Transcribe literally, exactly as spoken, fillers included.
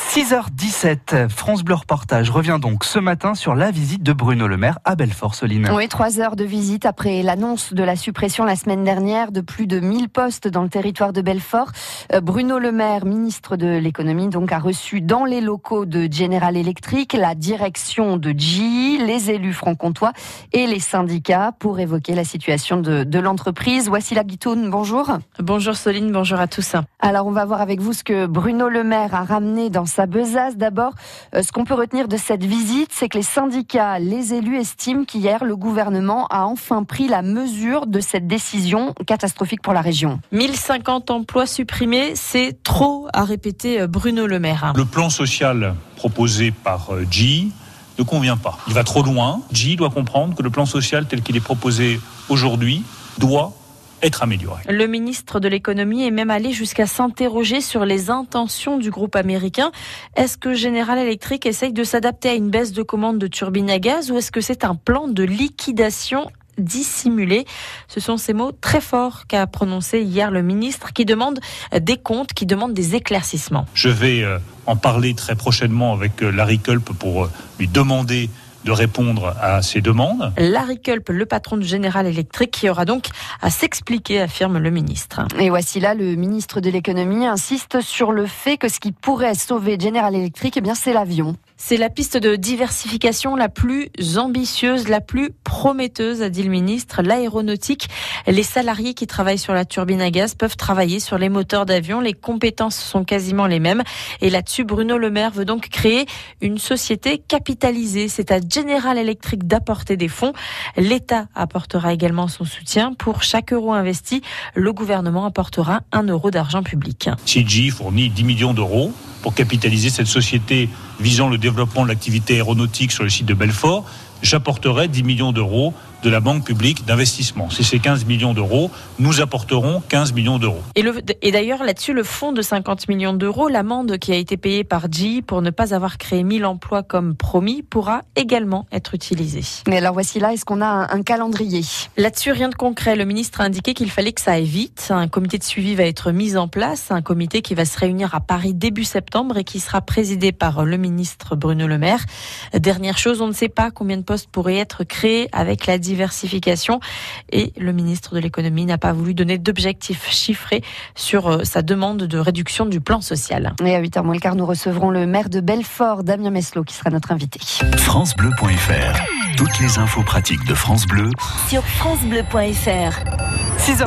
six heures dix-sept, France Bleu Reportage revient donc ce matin sur la visite de Bruno Le Maire à Belfort, Soline. Oui, trois heures de visite après l'annonce de la suppression la semaine dernière de plus de mille postes dans le territoire de Belfort. Euh, Bruno Le Maire, ministre de l'économie, donc, a reçu dans les locaux de General Electric la direction de G E, les élus franc-comtois et les syndicats pour évoquer la situation de, de l'entreprise. Wassila Guitoun, bonjour. Bonjour Soline, bonjour à tous. Alors on va voir avec vous ce que Bruno Le Maire a ramené dans sa besace. D'abord, euh, ce qu'on peut retenir de cette visite, c'est que les syndicats, les élus estiment qu'hier, le gouvernement a enfin pris la mesure de cette décision catastrophique pour la région. mille cinquante emplois supprimés, c'est trop, a répété Bruno Le Maire. Le plan social proposé par G E ne convient pas. Il va trop loin. G E doit comprendre que le plan social tel qu'il est proposé aujourd'hui doit être amélioré. Le ministre de l'économie est même allé jusqu'à s'interroger sur les intentions du groupe américain. Est-ce que General Electric essaye de s'adapter à une baisse de commandes de turbines à gaz ou est-ce que c'est un plan de liquidation dissimulé? Ce sont ces mots très forts qu'a prononcé hier le ministre qui demande des comptes, qui demande des éclaircissements. Je vais en parler très prochainement avec Larry Culp pour lui demander de répondre à ces demandes. Larry Culp, le patron de General Electric, qui aura donc à s'expliquer, affirme le ministre. Et voici là, le ministre de l'économie insiste sur le fait que ce qui pourrait sauver General Electric, eh bien, c'est l'avion. C'est la piste de diversification la plus ambitieuse, la plus prometteuse, a dit le ministre. L'aéronautique, les salariés qui travaillent sur la turbine à gaz peuvent travailler sur les moteurs d'avion. Les compétences sont quasiment les mêmes. Et là-dessus, Bruno Le Maire veut donc créer une société capitalisée. C'est à General Electric d'apporter des fonds. L'État apportera également son soutien. Pour chaque euro investi, le gouvernement apportera un euro d'argent public. Si G E fournit dix millions d'euros pour capitaliser cette société visant le développement de l'activité aéronautique sur le site de Belfort, j'apporterai dix millions d'euros de la Banque publique d'investissement. Si c'est quinze millions d'euros, nous apporterons quinze millions d'euros. Et, le, et d'ailleurs, là-dessus, le fonds de cinquante millions d'euros, l'amende qui a été payée par G E pour ne pas avoir créé mille emplois comme promis, pourra également être utilisée. Mais alors voici là, est-ce qu'on a un, un calendrier? Là-dessus, rien de concret. Le ministre a indiqué qu'il fallait que ça aille vite. Un comité de suivi va être mis en place, un comité qui va se réunir à Paris début septembre et qui sera présidé par le ministre Bruno Le Maire. Dernière chose, on ne sait pas combien de postes pourraient être créés avec la diversification et le ministre de l'économie n'a pas voulu donner d'objectifs chiffrés sur sa demande de réduction du plan social. Et à huit heures moins le quart, nous recevrons le maire de Belfort, Damien Meslot, qui sera notre invité. francebleu point f r. Toutes les infos pratiques de France Bleu sur francebleu point f r.